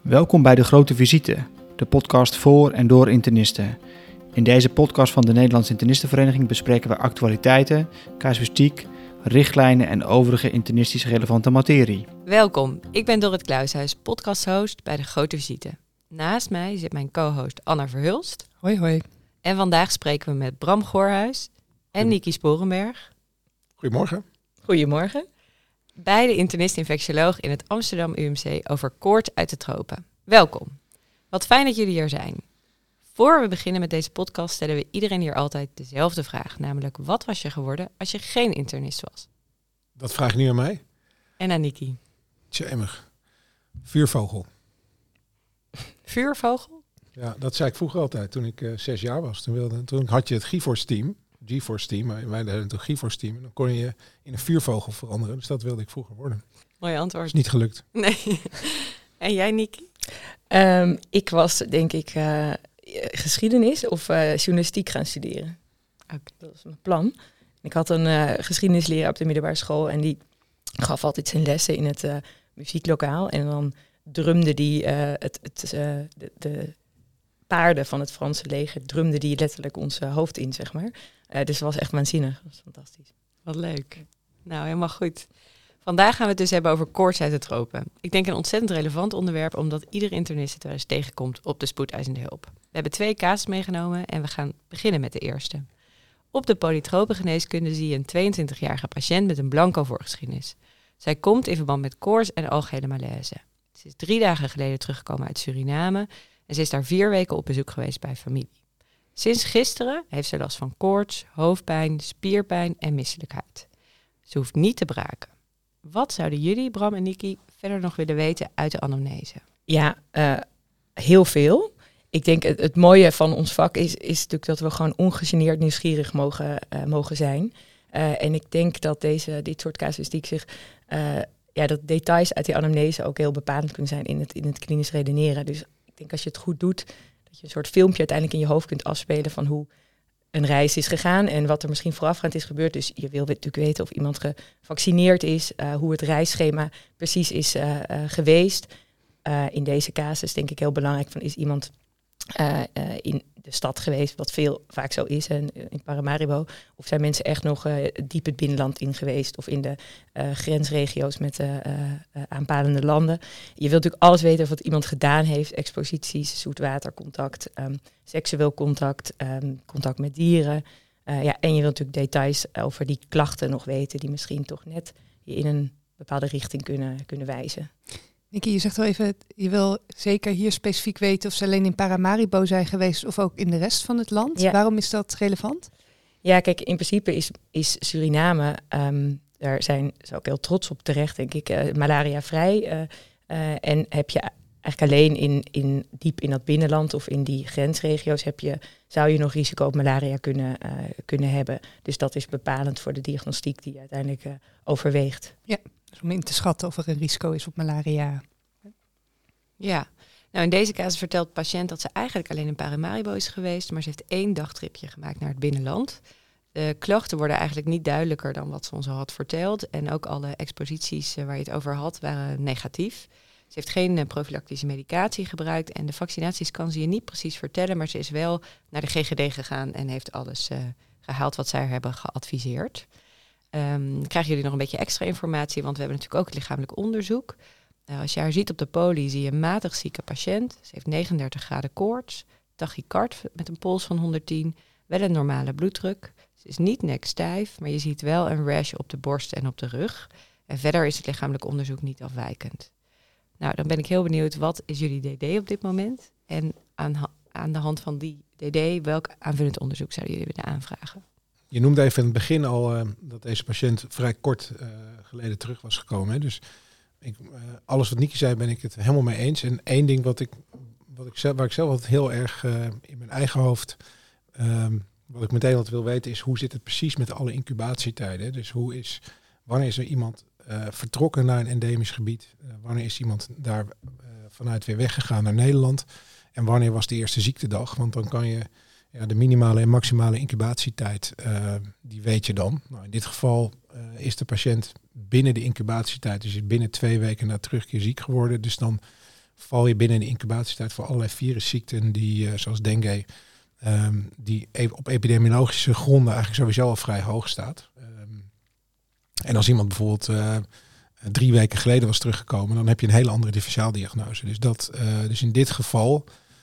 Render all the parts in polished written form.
Welkom bij De Grote Visite, de podcast voor en door internisten. In deze podcast van de Nederlandse Internistenvereniging bespreken we actualiteiten, casuïstiek, richtlijnen en overige internistisch relevante materie. Welkom, ik ben Dorrit Kluishuis, podcasthost bij De Grote Visite. Naast mij zit mijn co-host Anna Verhulst. Hoi hoi. En vandaag spreken we met Bram Goorhuis en Niki Sporenberg. Goedemorgen. Goedemorgen. Beide internist-infectioloog in het Amsterdam UMC over koorts uit de tropen. Welkom. Wat fijn dat jullie hier zijn. Voor we beginnen met deze podcast stellen we iedereen hier altijd dezelfde vraag. Namelijk, wat was je geworden als je geen internist was? Dat vraag je nu aan mij? En aan Niki. Tjemig. Vuurvogel. Vuurvogel? Ja, dat zei ik vroeger altijd toen ik 6 jaar was. Toen had je het GeForce team. Maar wij hadden toen GeForce team. En dan kon je in een vuurvogel veranderen. Dus dat wilde ik vroeger worden. Mooi antwoord. Is niet gelukt. Nee. En jij, Niki? Ik was denk ik geschiedenis of journalistiek gaan studeren. Okay. Dat was mijn plan. Ik had een geschiedenisleraar op de middelbare school en die gaf altijd zijn lessen in het muzieklokaal. En dan drumde die de paarden van het Franse leger, drumde die letterlijk ons hoofd in, zeg maar. Dus het was echt waanzinnig. Dat was fantastisch. Wat leuk. Nou, helemaal goed. Vandaag gaan we het dus hebben over koorts uit de tropen. Ik denk een ontzettend relevant onderwerp, omdat ieder internist het wel eens tegenkomt op de spoedeisende hulp. We hebben 2 casus meegenomen en we gaan beginnen met de eerste. Op de polytropengeneeskunde zie je een 22-jarige patiënt met een blanco voorgeschiedenis. Zij komt in verband met koorts en algehele malaise. Ze is 3 dagen geleden teruggekomen uit Suriname en ze is daar 4 weken op bezoek geweest bij familie. Sinds gisteren heeft ze last van koorts, hoofdpijn, spierpijn en misselijkheid. Ze hoeft niet te braken. Wat zouden jullie, Bram en Niki, verder nog willen weten uit de anamnese? Ja, heel veel. Ik denk het mooie van ons vak is natuurlijk dat we gewoon ongegeneerd nieuwsgierig mogen zijn. En ik denk dat dit soort casuïstiek zich... dat details uit die anamnese ook heel bepalend kunnen zijn in het klinisch redeneren. Dus ik denk als je het goed doet, dat je een soort filmpje uiteindelijk in je hoofd kunt afspelen van hoe een reis is gegaan en wat er misschien voorafgaand is gebeurd. Dus je wil natuurlijk weten of iemand gevaccineerd is, hoe het reisschema precies is geweest. In deze casus denk ik heel belangrijk van, is iemand in de stad geweest, wat vaak zo is in Paramaribo. Of zijn mensen echt nog diep het binnenland in geweest of in de grensregio's met aanpalende landen. Je wilt natuurlijk alles weten over wat iemand gedaan heeft, exposities, zoetwatercontact, seksueel contact, contact met dieren. En je wilt natuurlijk details over die klachten nog weten die misschien toch net je in een bepaalde richting kunnen wijzen. Niki, je zegt wel even, je wil zeker hier specifiek weten of ze alleen in Paramaribo zijn geweest of ook in de rest van het land. Ja. Waarom is dat relevant? Ja, kijk, in principe is Suriname, daar zijn ze ook heel trots op terecht, denk ik, malaria-vrij. En heb je eigenlijk alleen diep in dat binnenland of in die grensregio's zou je nog risico op malaria kunnen hebben. Dus dat is bepalend voor de diagnostiek die je uiteindelijk overweegt. Ja. Om in te schatten of er een risico is op malaria. Ja, nou in deze casus vertelt de patiënt dat ze eigenlijk alleen in Paramaribo is geweest, maar ze heeft 1 dagtripje gemaakt naar het binnenland. De klachten worden eigenlijk niet duidelijker dan wat ze ons al had verteld. En ook alle exposities waar je het over had, waren negatief. Ze heeft geen profilactische medicatie gebruikt en de vaccinaties kan ze je niet precies vertellen, maar ze is wel naar de GGD gegaan en heeft alles gehaald wat zij hebben geadviseerd. Krijgen jullie nog een beetje extra informatie, want we hebben natuurlijk ook het lichamelijk onderzoek. Als je haar ziet op de poli, zie je een matig zieke patiënt. Ze heeft 39 graden koorts, tachycard met een pols van 110, wel een normale bloeddruk. Ze is niet nekstijf, maar je ziet wel een rash op de borst en op de rug. En verder is het lichamelijk onderzoek niet afwijkend. Nou, dan ben ik heel benieuwd, wat is jullie DD op dit moment? En aan de hand van die DD, welk aanvullend onderzoek zouden jullie willen aanvragen? Je noemde even in het begin al dat deze patiënt vrij kort geleden terug was gekomen. Hè? Dus alles wat Niki zei ben ik het helemaal mee eens. En één ding waar ik zelf altijd heel erg in mijn eigen hoofd, wat ik meteen altijd wil weten, is hoe zit het precies met alle incubatietijden. Dus wanneer is er iemand vertrokken naar een endemisch gebied? Wanneer is iemand daar vanuit weer weggegaan naar Nederland? En wanneer was de eerste ziektedag? Want dan kan je de minimale en maximale incubatietijd, die weet je dan. Nou, in dit geval is de patiënt binnen de incubatietijd, dus binnen 2 weken na terugkeer ziek geworden. Dus dan val je binnen de incubatietijd voor allerlei virusziekten die, zoals dengue, die op epidemiologische gronden eigenlijk sowieso al vrij hoog staat. En als iemand bijvoorbeeld 3 weken geleden was teruggekomen, dan heb je een hele andere differentiaaldiagnose. Dus in dit geval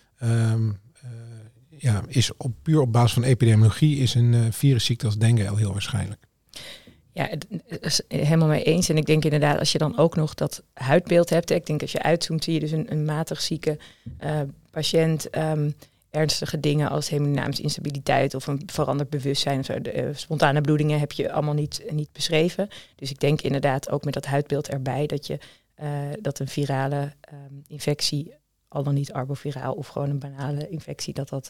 is puur op basis van epidemiologie is een virusziekte als dengue al heel waarschijnlijk. Ja, het is helemaal mee eens. En ik denk inderdaad, als je dan ook nog dat huidbeeld hebt. Ik denk als je uitzoomt, zie je dus een matig zieke patiënt. Ernstige dingen als hemodynamische instabiliteit of een veranderd bewustzijn. Of spontane bloedingen heb je allemaal niet beschreven. Dus ik denk inderdaad ook met dat huidbeeld erbij dat een virale infectie, al dan niet arboviraal of gewoon een banale infectie, dat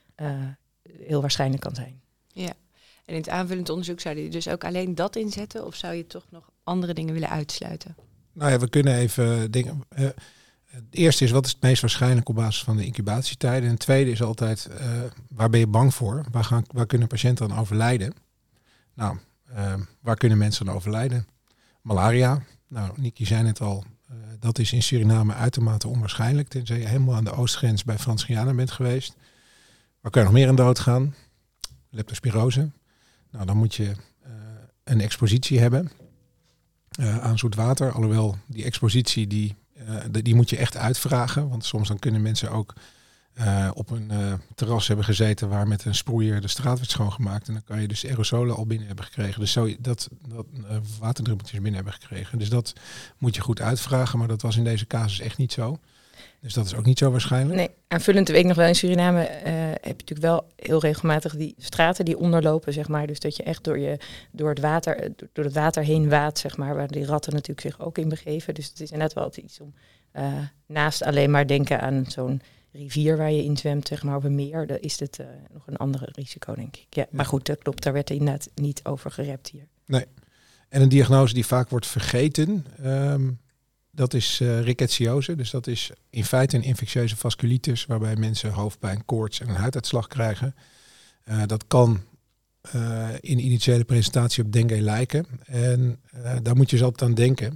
heel waarschijnlijk kan zijn. Ja. En in het aanvullend onderzoek zou je dus ook alleen dat inzetten of zou je toch nog andere dingen willen uitsluiten? Nou ja, we kunnen even dingen. Het eerste is, wat is het meest waarschijnlijk op basis van de incubatietijden? En het tweede is altijd, waar ben je bang voor? Waar kunnen patiënten dan overlijden? Nou, waar kunnen mensen dan overlijden? Malaria. Nou, Niki zei het al, dat is in Suriname uitermate onwaarschijnlijk. Tenzij je helemaal aan de oostgrens bij Frans-Guyana bent geweest. Waar kun je nog meer aan doodgaan? Leptospirose. Nou, dan moet je een expositie hebben aan zoet water. Alhoewel die expositie die moet je echt uitvragen. Want soms dan kunnen mensen ook op een terras hebben gezeten waar met een sproeier de straat werd schoongemaakt. En dan kan je dus aerosolen al binnen hebben gekregen. Dus dat waterdruppeltjes binnen hebben gekregen. Dus dat moet je goed uitvragen. Maar dat was in deze casus echt niet zo. Dus dat is ook niet zo waarschijnlijk. Nee, aanvullend weet ik nog wel, in Suriname heb je natuurlijk wel heel regelmatig die straten die onderlopen, zeg maar. Dus dat je echt door het water heen waadt, zeg maar, waar die ratten natuurlijk zich ook in begeven. Dus het is inderdaad wel iets om naast alleen maar denken aan zo'n rivier waar je in zwemt, zeg maar, op een meer. Dan is het nog een andere risico, denk ik. Ja, maar goed, dat klopt. Daar werd inderdaad niet over gerept hier. Nee. En een diagnose die vaak wordt vergeten, dat is ricketsiose. Dus dat is in feite een infectieuze vasculitis waarbij mensen hoofdpijn, koorts en een huiduitslag krijgen. Dat kan in initiële presentatie op dengue lijken. En daar moet je dus altijd aan denken.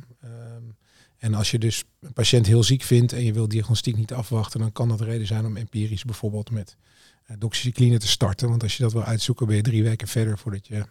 En als je dus een patiënt heel ziek vindt en je wil diagnostiek niet afwachten, dan kan dat een reden zijn om empirisch bijvoorbeeld met doxycycline te starten. Want als je dat wil uitzoeken, ben je 3 weken verder voordat je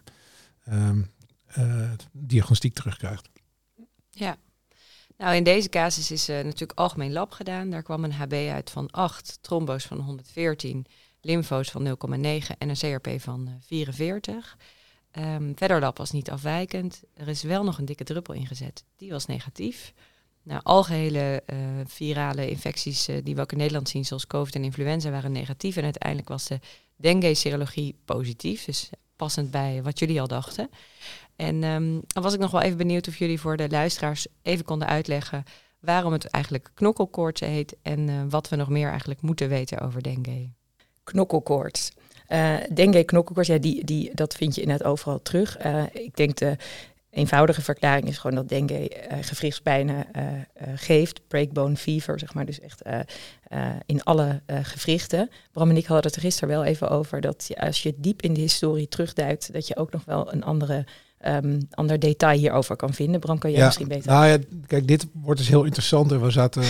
diagnostiek terugkrijgt. Ja. Nou, in deze casus is natuurlijk algemeen lab gedaan. Daar kwam een HB uit van 8, trombo's van 114, lymfo's van 0,9 en een CRP van 44. Verder lab was niet afwijkend. Er is wel nog een dikke druppel ingezet. Die was negatief. Nou, algehele virale infecties die we ook in Nederland zien, zoals COVID en influenza, waren negatief. En uiteindelijk was de dengue-serologie positief. Dus passend bij wat jullie al dachten. En dan was ik nog wel even benieuwd of jullie voor de luisteraars even konden uitleggen waarom het eigenlijk knokkelkoorts heet en wat we nog meer eigenlijk moeten weten over dengue. Knokkelkoorts. Dengue, knokkelkoorts, ja, dat vind je inderdaad overal terug. Ik denk de eenvoudige verklaring is gewoon dat dengue gewrichtspijnen geeft. Breakbone fever, zeg maar, dus echt in alle gewrichten. Bram en ik hadden het er gisteren wel even over dat als je diep in de historie terugduikt, dat je ook nog wel een ander detail hierover kan vinden. Bram, kan jij misschien beter? Nou ja, kijk, dit wordt dus heel interessant. En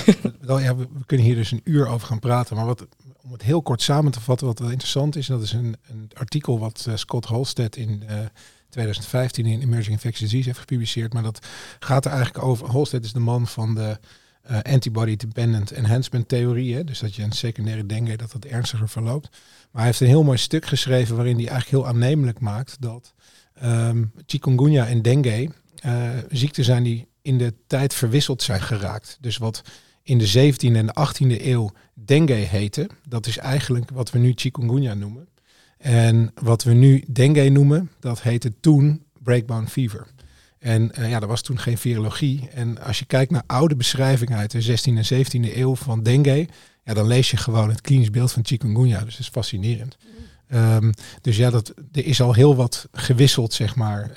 we kunnen hier dus een uur over gaan praten. Maar om het heel kort samen te vatten, wat wel interessant is, dat is een artikel wat Scott Halstead in 2015 in Emerging Infectious Disease heeft gepubliceerd. Maar dat gaat er eigenlijk over. Halstead is de man van de antibody dependent enhancement theorie. Hè? Dus dat je een secundaire dengue dat ernstiger verloopt. Maar hij heeft een heel mooi stuk geschreven waarin hij eigenlijk heel aannemelijk maakt dat chikungunya en dengue ziekten zijn die in de tijd verwisseld zijn geraakt. Dus wat in de 17e en de 18e eeuw dengue heette, dat is eigenlijk wat we nu chikungunya noemen. En wat we nu dengue noemen, dat heette toen breakbone fever. En er was toen geen virologie. En als je kijkt naar oude beschrijvingen uit de 16e en 17e eeuw van dengue, ja, dan lees je gewoon het klinisch beeld van chikungunya. Dus dat is fascinerend. Dus ja, er is al heel wat gewisseld, zeg maar.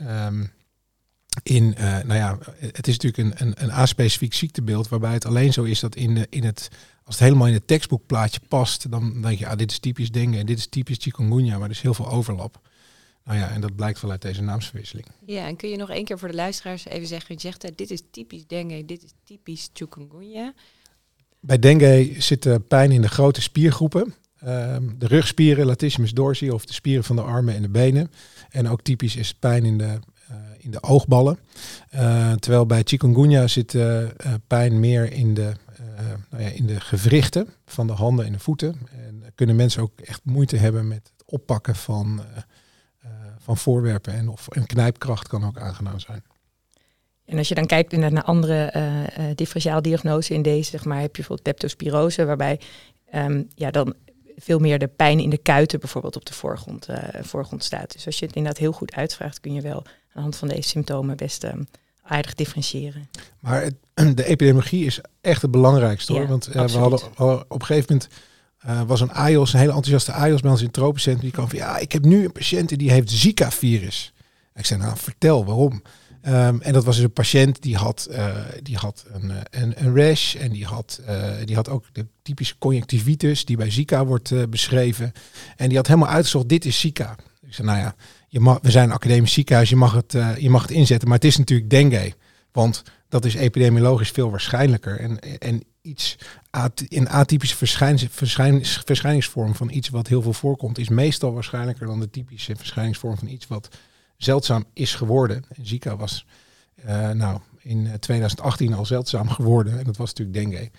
Het is natuurlijk een aspecifiek ziektebeeld, waarbij het alleen zo is dat als het helemaal in het tekstboekplaatje past, dan denk je, dit is typisch dengue en dit is typisch chikungunya, maar er is heel veel overlap. Nou ja, en dat blijkt wel uit deze naamsverwisseling. Ja, en kun je nog één keer voor de luisteraars even zeggen, je zegt, dit is typisch dengue, dit is typisch chikungunya. Bij dengue zit pijn in de grote spiergroepen. De rugspieren, latissimus dorsi, of de spieren van de armen en de benen. En ook typisch is pijn in de oogballen. Terwijl bij chikungunya zit pijn meer in de gewrichten van de handen en de voeten. En kunnen mensen ook echt moeite hebben met het oppakken van voorwerpen. En een knijpkracht kan ook aangenaam zijn. En als je dan kijkt naar andere differentiaaldiagnose in deze, zeg maar, heb je bijvoorbeeld leptospirose, waarbij dan veel meer de pijn in de kuiten bijvoorbeeld op de voorgrond staat. Dus als je het inderdaad heel goed uitvraagt, kun je wel aan de hand van deze symptomen best aardig differentiëren. Maar de epidemiologie is echt het belangrijkste, hoor. Want we hadden op een gegeven moment was een hele enthousiaste AIOS bij ons in het tropencentrum. Die kwam van, ik heb nu een patiënt die heeft Zika-virus. Ik zei, nou, vertel waarom. En dat was dus een patiënt die had een rash en die had ook de typische conjunctivitis die bij Zika wordt beschreven. En die had helemaal uitgezocht, dit is Zika. Ik zei, nou ja, we zijn een academisch ziekenhuis, je mag het inzetten, maar het is natuurlijk dengue. Want dat is epidemiologisch veel waarschijnlijker. En iets in atypische verschijningsvorm van iets wat heel veel voorkomt, is meestal waarschijnlijker dan de typische verschijningsvorm van iets wat zeldzaam is geworden. En Zika was in 2018 al zeldzaam geworden. En dat was natuurlijk dengue.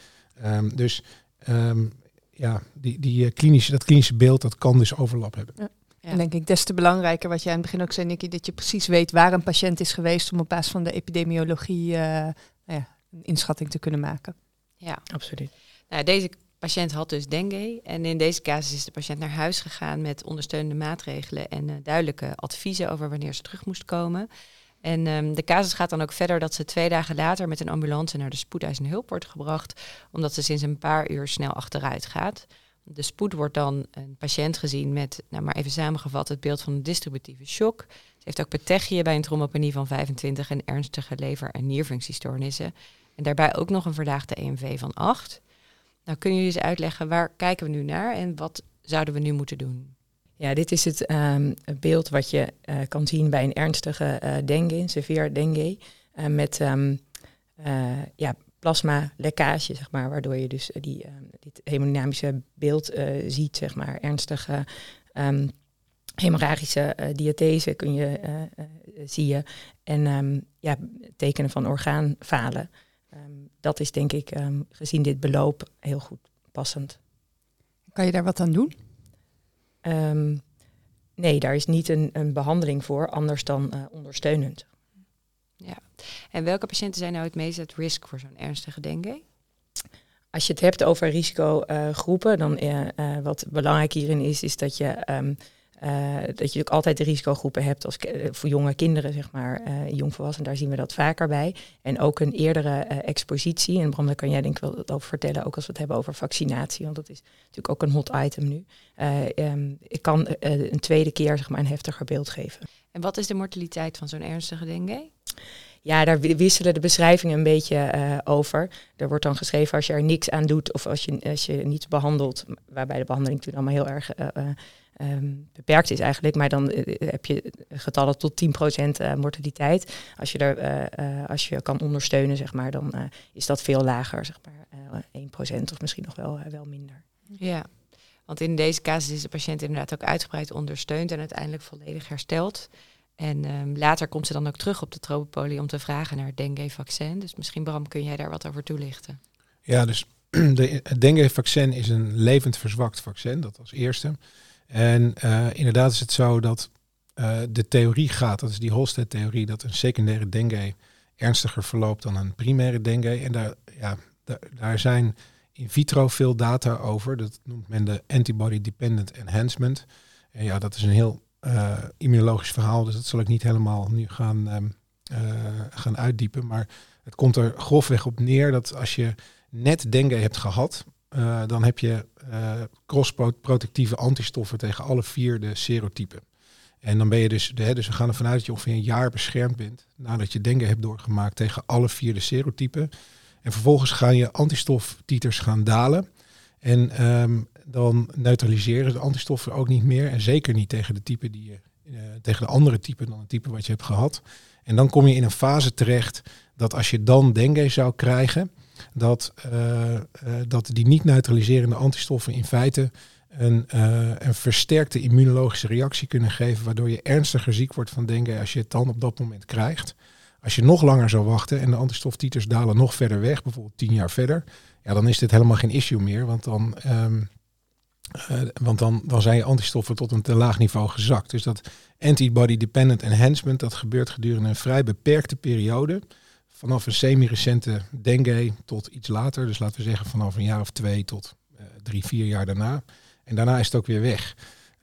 Dat klinische beeld, dat kan dus overlap hebben. Ja. En denk ik des te belangrijker, wat jij aan het begin ook zei, Nicky, dat je precies weet waar een patiënt is geweest om op basis van de epidemiologie een inschatting te kunnen maken. Ja, absoluut. Nou, deze patiënt had dus dengue en in deze casus is de patiënt naar huis gegaan met ondersteunende maatregelen en duidelijke adviezen over wanneer ze terug moest komen. En de casus gaat dan ook verder dat ze 2 dagen later met een ambulance naar de spoedeisende hulp wordt gebracht, omdat ze sinds een paar uur snel achteruit gaat. De spoed wordt dan een patiënt gezien met, maar even samengevat, het beeld van een distributieve shock. Ze heeft ook petechië bij een trombopenie van 25 en ernstige lever- en nierfunctiestoornissen. En daarbij ook nog een verlaagde EMV van 8. Nou, kun je eens uitleggen, waar kijken we nu naar en wat zouden we nu moeten doen? Ja, dit is het beeld wat je kan zien bij een ernstige dengue, severe dengue, met plasma-lekkage, zeg maar, waardoor je dus dit hemodynamische beeld ziet, zeg maar, ernstige hemorragische diathese zie je en tekenen van orgaanfalen. Dat is denk ik gezien dit beloop heel goed passend. Kan je daar wat aan doen? Nee, daar is niet een behandeling voor, anders dan ondersteunend. Ja. En welke patiënten zijn nou het meest at risk voor zo'n ernstige dengue? Als je het hebt over risicogroepen, dan wat belangrijk hierin is dat je ook altijd de risicogroepen hebt als voor jonge kinderen, zeg maar, jongvolwassenen, daar zien we dat vaker bij. En ook een eerdere expositie. En Bram, daar kan jij denk ik wel wat over vertellen, ook als we het hebben over vaccinatie, want dat is natuurlijk ook een hot item nu. Ik kan een tweede keer, zeg maar, een heftiger beeld geven. En wat is de mortaliteit van zo'n ernstige dengue? Ja, daar wisselen de beschrijvingen een beetje over. Er wordt dan geschreven als je er niks aan doet of als je niet behandelt, waarbij de behandeling toen allemaal heel erg beperkt is eigenlijk, maar dan heb je getallen tot 10% mortaliteit. Als je kan ondersteunen, zeg maar, dan is dat veel lager, zeg maar 1% of misschien nog wel minder. Ja, want in deze casus is de patiënt inderdaad ook uitgebreid ondersteund en uiteindelijk volledig hersteld. En later komt ze dan ook terug op de tropenpolie om te vragen naar het dengue-vaccin. Dus misschien, Bram, kun jij daar wat over toelichten? Ja, dus het dengue-vaccin is een levend verzwakt vaccin, dat als eerste. En inderdaad is het zo dat de theorie gaat, dat is die Holstead-theorie, dat een secundaire dengue ernstiger verloopt dan een primaire dengue. En daar zijn in vitro veel data over. Dat noemt men de antibody-dependent enhancement. En ja, dat is een heel immunologisch verhaal, dus dat zal ik niet helemaal nu gaan uitdiepen. Maar het komt er grofweg op neer dat als je net dengue hebt gehad, dan heb je cross-protectieve antistoffen tegen alle 4 de serotypen. En dan ben je dus we gaan ervan uit dat je ongeveer een jaar beschermd bent nadat je dengue hebt doorgemaakt tegen alle 4 de serotypen. En vervolgens gaan je antistoftiters gaan dalen. En dan neutraliseren de antistoffen ook niet meer. En zeker niet tegen de type tegen de andere type dan het type wat je hebt gehad. En dan kom je in een fase terecht dat als je dan dengue zou krijgen, dat die niet neutraliserende antistoffen in feite een versterkte immunologische reactie kunnen geven, waardoor je ernstiger ziek wordt van dengue als je het dan op dat moment krijgt. Als je nog langer zou wachten en de antistoftiters dalen nog verder weg, bijvoorbeeld 10 jaar verder, ja, dan is dit helemaal geen issue meer, want dan zijn je antistoffen tot een te laag niveau gezakt. Dus dat antibody-dependent enhancement, dat gebeurt gedurende een vrij beperkte periode, vanaf een semi-recente dengue tot iets later, dus laten we zeggen vanaf een jaar of 2 tot 3-4 jaar daarna. En daarna is het ook weer weg.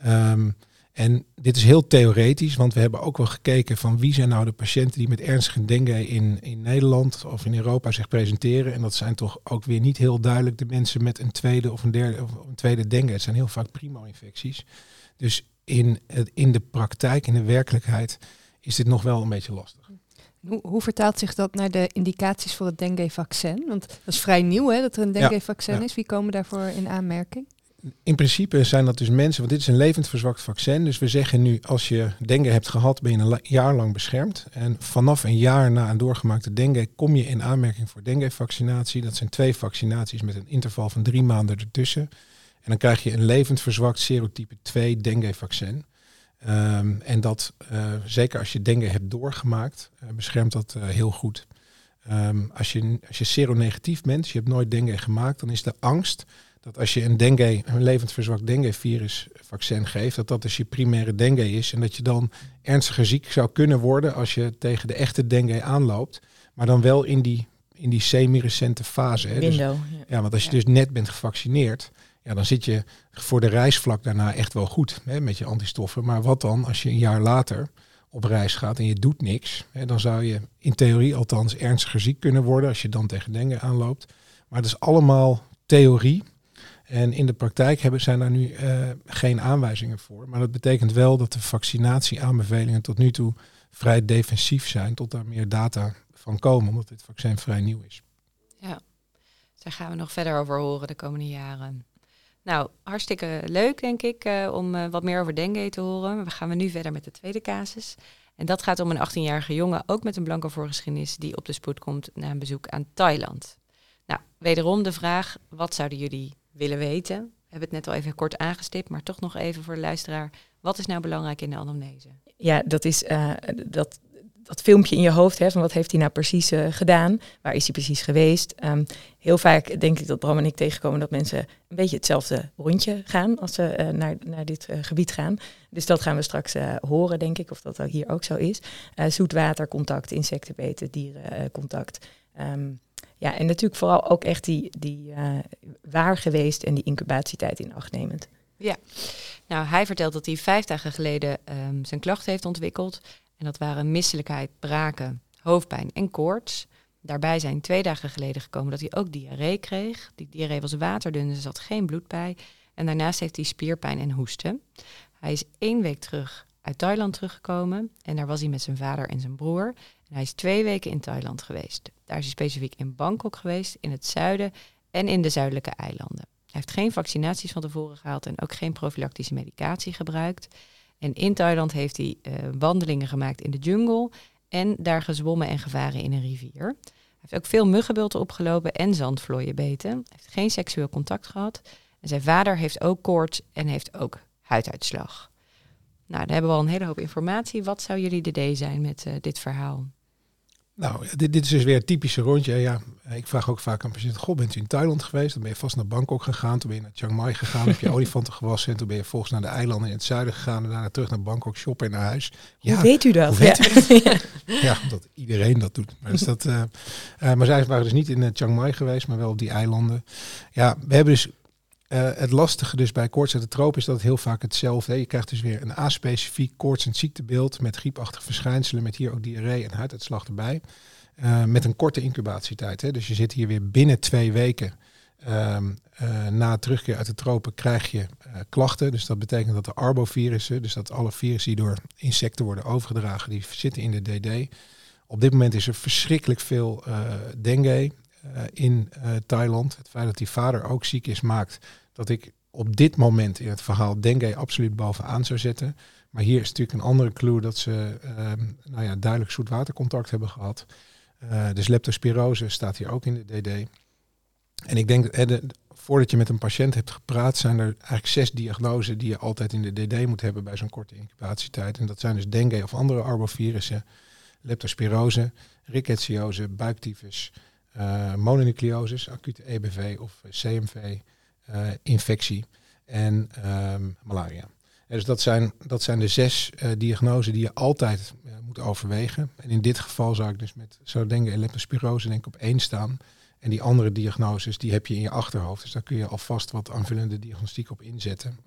En dit is heel theoretisch, want we hebben ook wel gekeken van wie zijn nou de patiënten die met ernstige dengue in Nederland of in Europa zich presenteren. En dat zijn toch ook weer niet heel duidelijk de mensen met een tweede of een tweede dengue. Het zijn heel vaak primo-infecties. Dus in de praktijk, in de werkelijkheid, is dit nog wel een beetje lastig. Hoe vertaalt zich dat naar de indicaties voor het dengue-vaccin? Want dat is vrij nieuw, hè, dat er een dengue-vaccin is. Wie komen daarvoor in aanmerking? In principe zijn dat dus mensen, want dit is een levend verzwakt vaccin. Dus we zeggen nu, als je dengue hebt gehad, ben je een jaar lang beschermd. En vanaf een jaar na een doorgemaakte dengue kom je in aanmerking voor dengue-vaccinatie. Dat zijn 2 vaccinaties met een interval van 3 maanden ertussen. En dan krijg je een levend verzwakt serotype 2 dengue-vaccin. En dat, zeker als je dengue hebt doorgemaakt, beschermt dat heel goed. Als je seronegatief bent, dus je hebt nooit dengue gemaakt, dan is de angst dat als je een levend verzwakt dengue-virusvaccin geeft, dat dus je primaire dengue is en dat je dan ernstiger ziek zou kunnen worden als je tegen de echte dengue aanloopt, maar dan wel in die semi-recente fase. Hè. Window. Dus, want als je dus net bent gevaccineerd, ja, dan zit je voor de reis vlak daarna echt wel goed, hè, met je antistoffen. Maar wat dan als je een jaar later op reis gaat en je doet niks? Hè, dan zou je in theorie althans ernstiger ziek kunnen worden als je dan tegen dengue aanloopt. Maar dat is allemaal theorie. En in de praktijk zijn daar nu geen aanwijzingen voor. Maar dat betekent wel dat de vaccinatieaanbevelingen tot nu toe vrij defensief zijn, tot daar meer data van komen, omdat dit vaccin vrij nieuw is. Ja, daar gaan we nog verder over horen de komende jaren. Nou, hartstikke leuk denk ik om wat meer over dengue te horen. We gaan nu verder met de tweede casus. En dat gaat om een 18-jarige jongen, ook met een blanke voorgeschiedenis, die op de spoed komt na een bezoek aan Thailand. Nou, wederom de vraag, wat zouden jullie willen weten? We hebben het net al even kort aangestipt, maar toch nog even voor de luisteraar. Wat is nou belangrijk in de anamnese? Ja, dat is dat filmpje in je hoofd, hè, van wat heeft hij nou precies gedaan? Waar is hij precies geweest? Heel vaak denk ik dat Bram en ik tegenkomen dat mensen een beetje hetzelfde rondje gaan als ze naar dit gebied gaan. Dus dat gaan we straks horen, denk ik, of dat hier ook zo is. Zoetwatercontact, insectenbeten, dierencontact. En natuurlijk vooral ook echt die waar geweest en die incubatietijd in acht nemend. Ja, nou hij vertelt dat hij 5 dagen geleden zijn klachten heeft ontwikkeld. En dat waren misselijkheid, braken, hoofdpijn en koorts. Daarbij zijn 2 dagen geleden gekomen dat hij ook diarree kreeg. Die diarree was waterdun, dus er zat geen bloed bij. En daarnaast heeft hij spierpijn en hoesten. Hij is 1 week terug uit Thailand teruggekomen. En daar was hij met zijn vader en zijn broer. En hij is 2 weken in Thailand geweest. Daar is hij specifiek in Bangkok geweest, in het zuiden en in de zuidelijke eilanden. Hij heeft geen vaccinaties van tevoren gehaald en ook geen profilactische medicatie gebruikt. En in Thailand heeft hij wandelingen gemaakt in de jungle en daar gezwommen en gevaren in een rivier. Hij heeft ook veel muggenbulten opgelopen en zandvlooien beten. Hij heeft geen seksueel contact gehad. En zijn vader heeft ook koorts en heeft ook huiduitslag. Nou, daar hebben we al een hele hoop informatie. Wat zou jullie idee zijn met dit verhaal? Nou, dit is dus weer het typische rondje. Ja, ik vraag ook vaak aan patiënten, goh, bent u in Thailand geweest? Dan ben je vast naar Bangkok gegaan. Toen ben je naar Chiang Mai gegaan, heb je olifanten gewassen. En toen ben je volgens naar de eilanden in het zuiden gegaan. En daarna terug naar Bangkok, shoppen en naar huis. Ja, hoe weet u dat? Hoe weet u dat? Ja, omdat iedereen dat doet. Maar, maar zij waren dus niet in Chiang Mai geweest, maar wel op die eilanden. Ja, we hebben dus... het lastige dus bij koorts uit de tropen is dat het heel vaak hetzelfde is. Je krijgt dus weer een aspecifiek koortsend ziektebeeld met griepachtige verschijnselen, met hier ook diarree en huiduitslag erbij. Met een korte incubatietijd. Hè. Dus je zit hier weer binnen 2 weken na terugkeer uit de tropen krijg je klachten. Dus dat betekent dat de arbovirussen, dus dat alle virussen die door insecten worden overgedragen, die zitten in de DD. Op dit moment is er verschrikkelijk veel dengue in Thailand. Het feit dat die vader ook ziek is maakt dat ik op dit moment in het verhaal dengue absoluut bovenaan zou zetten. Maar hier is natuurlijk een andere clue dat ze duidelijk zoetwatercontact hebben gehad. Dus leptospirose staat hier ook in de DD. En ik denk, voordat je met een patiënt hebt gepraat, zijn er eigenlijk 6 diagnoses die je altijd in de DD moet hebben bij zo'n korte incubatietijd. En dat zijn dus dengue of andere arbovirussen, leptospirose, ricketsiose, buiktyfus, mononucleosis, acute EBV of CMV, infectie en malaria. Dus dat zijn de 6 diagnoses die je altijd moet overwegen. En in dit geval zou ik dus met dengue en leptospirose denk ik op 1 staan. En die andere diagnoses, die heb je in je achterhoofd. Dus daar kun je alvast wat aanvullende diagnostiek op inzetten.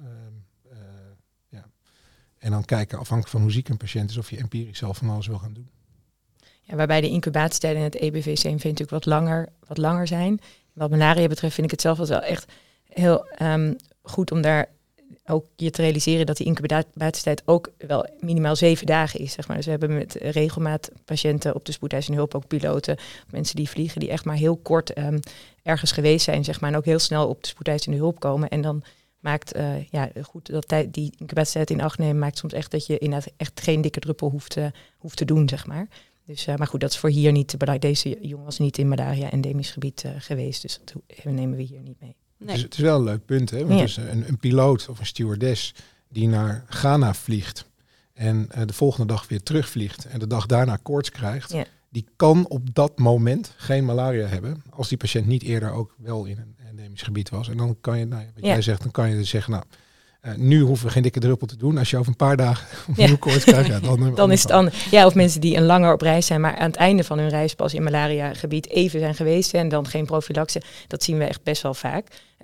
En dan kijken, afhankelijk van hoe ziek een patiënt is, of je empirisch zelf van alles wil gaan doen. Ja, waarbij de incubatietijden in het EBV-CMV natuurlijk wat langer zijn. Wat malaria betreft vind ik het zelf wel echt heel goed om daar ook je te realiseren dat die incubatietijd ook wel minimaal 7 dagen is. Zeg maar. Dus we hebben met regelmaat patiënten op de spoedeisende hulp, ook piloten, mensen die vliegen, die echt maar heel kort ergens geweest zijn, zeg maar, en ook heel snel op de spoedeisende hulp komen. En dan maakt goed dat die incubatietijd in acht nemen, maakt soms echt dat je inderdaad echt geen dikke druppel hoeft te doen, zeg maar. Dus, maar goed, dat is voor hier niet belangrijk. Deze jongen was niet in malaria-endemisch gebied geweest, dus dat nemen we hier niet mee. Nee. Dus het is wel een leuk punt, hè? Want dus een piloot of een stewardess die naar Ghana vliegt en de volgende dag weer terugvliegt en de dag daarna koorts krijgt, die kan op dat moment geen malaria hebben als die patiënt niet eerder ook wel in een endemisch gebied was. En dan kan je, jij zegt, dan kan je dus zeggen, nu hoeven we geen dikke druppel te doen. Als je over een paar dagen opnieuw koorts krijgt, dan is het anders. Ja, of mensen die een langer op reis zijn, maar aan het einde van hun reis pas in malaria-gebied even zijn geweest en dan geen profilaxe. Dat zien we echt best wel vaak.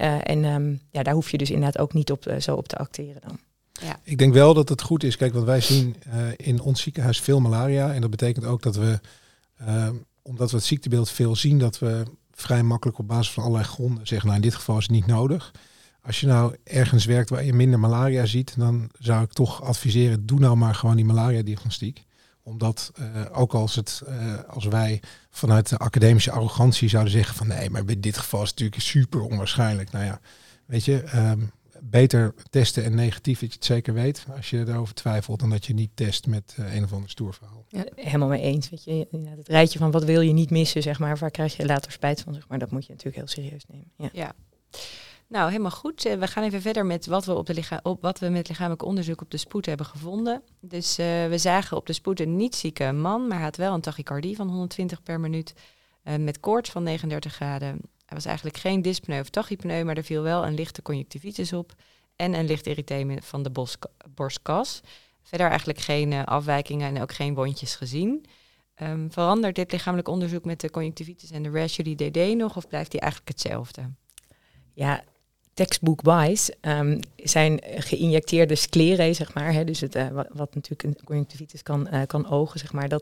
Daar hoef je dus inderdaad ook niet zo op te acteren dan. Ja. Ik denk wel dat het goed is. Kijk, want wij zien in ons ziekenhuis veel malaria. En dat betekent ook dat we, omdat we het ziektebeeld veel zien, dat we vrij makkelijk op basis van allerlei gronden zeggen, in dit geval is het niet nodig. Als je nou ergens werkt waar je minder malaria ziet, dan zou ik toch adviseren, doe nou maar gewoon die malaria-diagnostiek. Omdat ook als wij vanuit de academische arrogantie zouden zeggen van nee, maar in dit geval is het natuurlijk super onwaarschijnlijk. Nou ja, weet je, beter testen en negatief dat je het zeker weet als je erover twijfelt dan dat je niet test met een of ander stoer verhaal. Ja, helemaal mee eens. Weet je, het rijtje van wat wil je niet missen, zeg maar, waar krijg je later spijt van, zeg maar, dat moet je natuurlijk heel serieus nemen. Ja. Nou, helemaal goed. We gaan even verder met wat we met lichamelijk onderzoek op de spoed hebben gevonden. Dus we zagen op de spoed een niet zieke man, maar hij had wel een tachycardie van 120 per minuut met koorts van 39 graden. Hij was eigenlijk geen dyspneu of tachypneu, maar er viel wel een lichte conjunctivitis op en een licht erytheem van de borstkas. Verder eigenlijk geen afwijkingen en ook geen wondjes gezien. Verandert dit lichamelijk onderzoek met de conjunctivitis en de rash jullie DD nog of blijft die eigenlijk hetzelfde? Ja, textbook-wise zijn geïnjecteerde sclerae, zeg maar. Hè, dus wat natuurlijk een conjunctivitis kan ogen, zeg maar.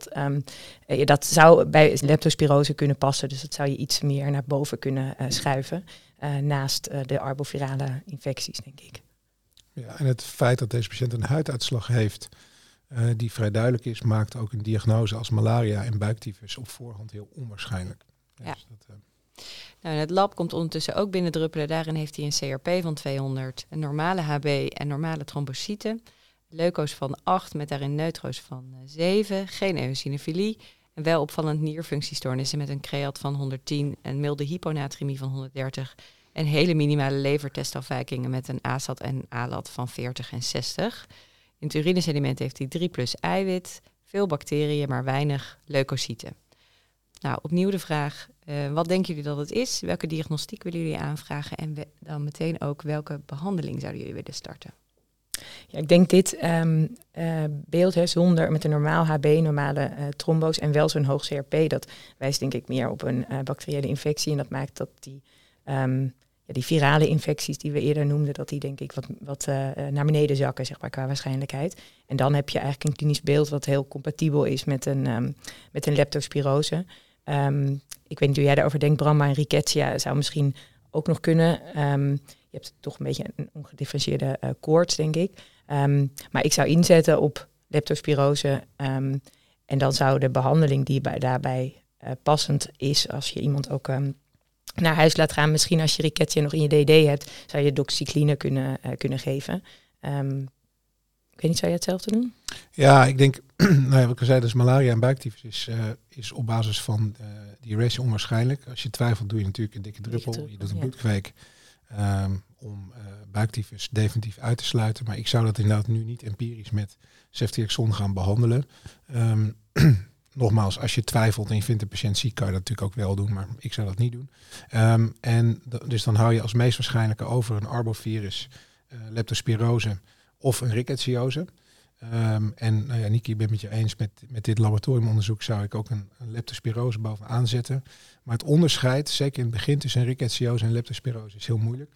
Dat zou bij leptospirose kunnen passen. Dus dat zou je iets meer naar boven kunnen schuiven. Naast de arbovirale infecties, denk ik. Ja, en het feit dat deze patiënt een huiduitslag heeft die vrij duidelijk is, maakt ook een diagnose als malaria en buiktyfus op voorhand heel onwaarschijnlijk. Ja. Dus Nou, het lab komt ondertussen ook binnendruppelen. Daarin heeft hij een CRP van 200, een normale HB en normale trombocyten. Leuko's van 8 met daarin neutro's van 7. Geen eosinofilie. En wel opvallend nierfunctiestoornissen met een creat van 110, een milde hyponatremie van 130. En hele minimale levertestafwijkingen met een ASAT en ALAT van 40 en 60. In het urinesediment heeft hij 3+ eiwit, veel bacteriën, maar weinig leukocyten. Nou, opnieuw de vraag, wat denken jullie dat het is? Welke diagnostiek willen jullie aanvragen? En dan meteen ook, welke behandeling zouden jullie willen starten? Ja, ik denk dit beeld zonder met een normaal HB, normale trombo's en wel zo'n hoog CRP, dat wijst denk ik meer op een bacteriële infectie. En dat maakt dat die virale infecties die we eerder noemden, dat die denk ik wat naar beneden zakken, zeg maar, qua waarschijnlijkheid. En dan heb je eigenlijk een klinisch beeld wat heel compatibel is met een leptospirose. Ik weet niet hoe jij daarover denkt, Bram, maar een rickettsia zou misschien ook nog kunnen. Je hebt toch een beetje een ongedifferentieerde koorts, denk ik. Maar ik zou inzetten op leptospirose. En dan zou de behandeling die daarbij passend is, als je iemand ook naar huis laat gaan, misschien als je rickettsia nog in je DD hebt, zou je doxycline kunnen geven. Ik weet niet, zou je hetzelfde doen? Ja, ik denk Wat ik zei, dus malaria en buiktyfus is op basis van die ratio onwaarschijnlijk. Als je twijfelt doe je natuurlijk een dikke druppel. Je doet een bloedkweek om buiktyfus definitief uit te sluiten. Maar ik zou dat inderdaad nu niet empirisch met ceftriaxon gaan behandelen. Nogmaals, als je twijfelt en je vindt de patiënt ziek, kan je dat natuurlijk ook wel doen, maar ik zou dat niet doen. Dus dan hou je als meest waarschijnlijke over een arbovirus, leptospirose of een rickettsiose. Niki, ik ben het met je eens, met dit laboratoriumonderzoek zou ik ook een leptospirose bovenaan zetten. Maar het onderscheid, zeker in het begin tussen een rickettsiose en leptospirose, is heel moeilijk.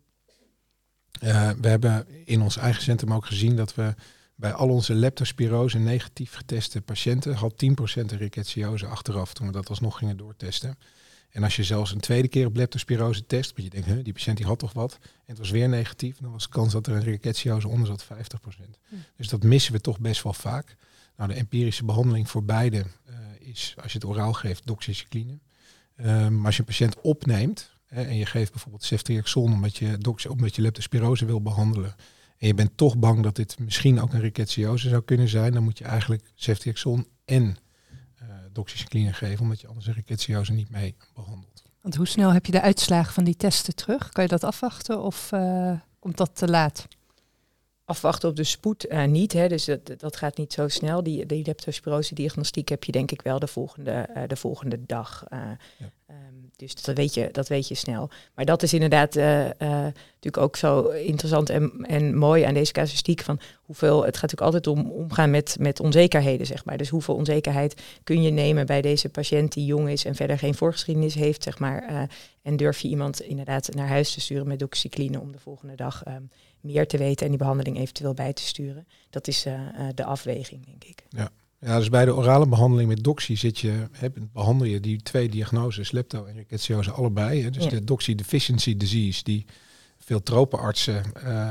We hebben in ons eigen centrum ook gezien dat we bij al onze leptospirose negatief geteste patiënten had 10% een rickettsiose achteraf toen we dat alsnog gingen doortesten. En als je zelfs een tweede keer op leptospirose test, want je denkt, die patiënt die had toch wat, en het was weer negatief, dan was de kans dat er een rickettsiose onder zat 50%. Dus dat missen we toch best wel vaak. Nou, de empirische behandeling voor beide is, als je het oraal geeft, doxycycline. Maar als je een patiënt opneemt en je geeft bijvoorbeeld ceftriaxon omdat je leptospirose wil behandelen, en je bent toch bang dat dit misschien ook een rickettsiose zou kunnen zijn, dan moet je eigenlijk ceftriaxon en doxycycline geven, omdat je anders een rickettsiose niet mee behandelt. Want hoe snel heb je de uitslagen van die testen terug? Kan je dat afwachten of komt dat te laat? Afwachten op de spoed niet, hè? Dus dat gaat niet zo snel. Die leptospirose diagnostiek heb je denk ik wel de volgende dag. Dus dat weet je snel. Maar dat is inderdaad natuurlijk ook zo interessant en mooi aan deze casuïstiek. Van hoeveel, het gaat natuurlijk altijd om omgaan met onzekerheden, zeg maar. Dus hoeveel onzekerheid kun je nemen bij deze patiënt die jong is en verder geen voorgeschiedenis heeft, zeg maar. En durf je iemand inderdaad naar huis te sturen met doxycycline om de volgende dag meer te weten en die behandeling eventueel bij te sturen. Dat is de afweging, denk ik. Ja, dus bij de orale behandeling met doxy behandel je die twee diagnoses, lepto en rickettsiose, allebei. Hè. Dus de doxy deficiency disease, die veel tropenartsen,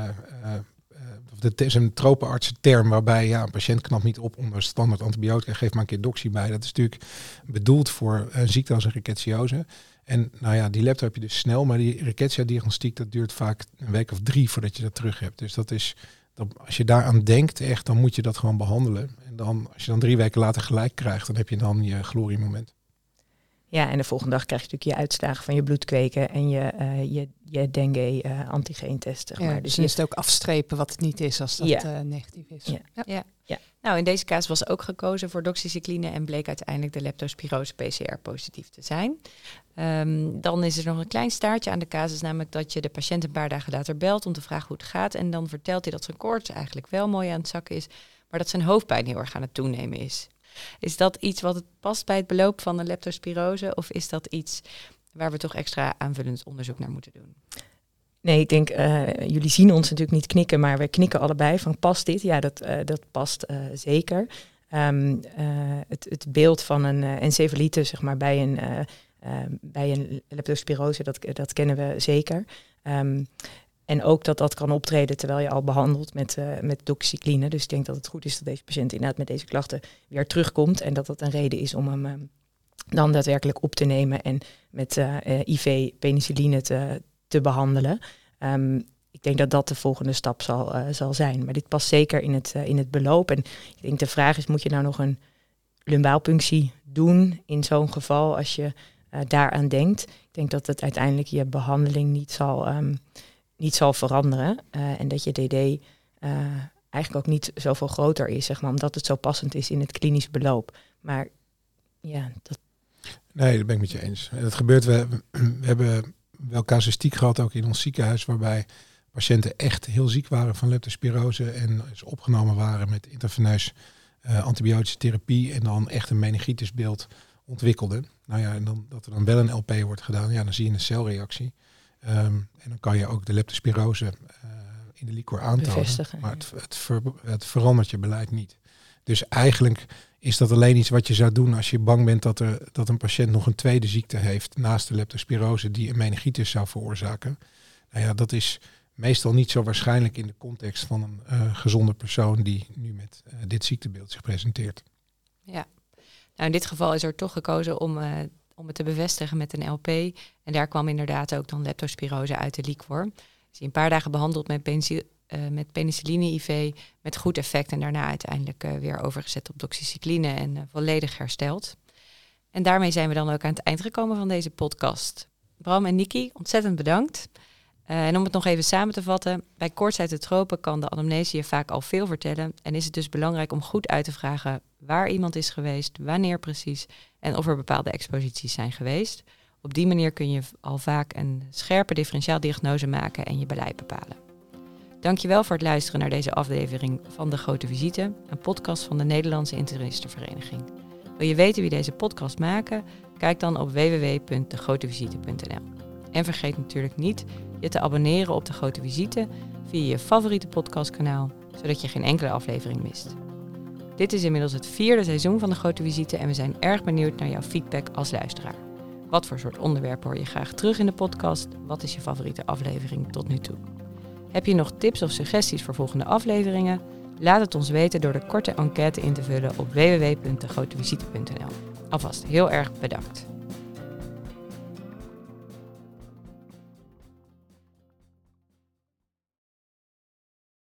het is een tropenartsenterm waarbij een patiënt knapt niet op onder standaard antibiotica, geef maar een keer doxy bij. Dat is natuurlijk bedoeld voor een ziekte als een rickettsiose. En die lepto heb je dus snel, maar die rickettsia-diagnostiek, dat duurt vaak een week of 3 voordat je dat terug hebt. Dus dat is, als je daaraan denkt, echt, dan moet je dat gewoon behandelen. En dan, als je dan 3 weken later gelijk krijgt, dan heb je dan je gloriemoment. Ja, en de volgende dag krijg je natuurlijk je uitslagen van je bloedkweken en je dengue antigeentest. Zeg maar. Ja, dus je is het ook afstrepen wat het niet is als dat negatief is. Ja. Nou, in deze casus was ook gekozen voor doxycycline en bleek uiteindelijk de leptospirose PCR positief te zijn. Dan is er nog een klein staartje aan de casus, namelijk dat je de patiënt een paar dagen later belt om te vragen hoe het gaat. En dan vertelt hij dat zijn koorts eigenlijk wel mooi aan het zakken is, maar dat zijn hoofdpijn heel erg aan het toenemen is. Is dat iets wat het past bij het beloop van de leptospirose of is dat iets waar we toch extra aanvullend onderzoek naar moeten doen? Nee, ik denk, jullie zien ons natuurlijk niet knikken, maar we knikken allebei van past dit? Ja, dat past zeker. Het beeld van een encefalitis, zeg maar, bij een leptospirose, dat kennen we zeker. En ook dat kan optreden terwijl je al behandelt met doxycycline. Dus ik denk dat het goed is dat deze patiënt inderdaad met deze klachten weer terugkomt. En dat een reden is om hem dan daadwerkelijk op te nemen en met IV-penicilline te behandelen. Ik denk dat dat de volgende stap zal zijn. Maar dit past zeker in het beloop. En ik denk de vraag is, moet je nou nog een lumbaalpunctie doen in zo'n geval als je daaraan denkt? Ik denk dat het uiteindelijk je behandeling niet zal veranderen. En dat je DD eigenlijk ook niet zoveel groter is, zeg maar, omdat het zo passend is in het klinisch beloop. Maar ja, dat... Nee, dat ben ik met je eens. Dat gebeurt, we hebben wel casuïstiek gehad ook in ons ziekenhuis, waarbij patiënten echt heel ziek waren van leptospirose en dus opgenomen waren met intraveneus antibiotische therapie en dan echt een meningitisbeeld ontwikkelden. En dan, dat er dan wel een LP wordt gedaan, dan zie je een celreactie. En dan kan je ook de leptospirose in de liquor aantonen. Maar het verandert je beleid niet. Dus eigenlijk is dat alleen iets wat je zou doen als je bang bent dat een patiënt nog een tweede ziekte heeft naast de leptospirose die een meningitis zou veroorzaken. Dat is meestal niet zo waarschijnlijk in de context van een gezonde persoon die nu met dit ziektebeeld zich presenteert. Ja, in dit geval is er toch gekozen om het te bevestigen met een LP. En daar kwam inderdaad ook dan leptospirose uit de liquor. Is hij een paar dagen behandeld met met penicilline-IV met goed effect en daarna uiteindelijk weer overgezet op doxycycline en volledig hersteld. En daarmee zijn we dan ook aan het eind gekomen van deze podcast. Bram en Niki, ontzettend bedankt. En om het nog even samen te vatten, bij koorts uit de tropen kan de anamnese je vaak al veel vertellen en is het dus belangrijk om goed uit te vragen waar iemand is geweest, wanneer precies en of er bepaalde exposities zijn geweest. Op die manier kun je al vaak een scherpe differentiaaldiagnose maken en je beleid bepalen. Dankjewel voor het luisteren naar deze aflevering van De Grote Visite, een podcast van de Nederlandse Internistenvereniging. Wil je weten wie deze podcast maken? Kijk dan op www.degrotevisite.nl. En vergeet natuurlijk niet je te abonneren op De Grote Visite via je favoriete podcastkanaal, zodat je geen enkele aflevering mist. Dit is inmiddels het 4e seizoen van De Grote Visite en we zijn erg benieuwd naar jouw feedback als luisteraar. Wat voor soort onderwerpen hoor je graag terug in de podcast? Wat is je favoriete aflevering tot nu toe? Heb je nog tips of suggesties voor volgende afleveringen? Laat het ons weten door de korte enquête in te vullen op www.degrotevisite.nl. Alvast heel erg bedankt.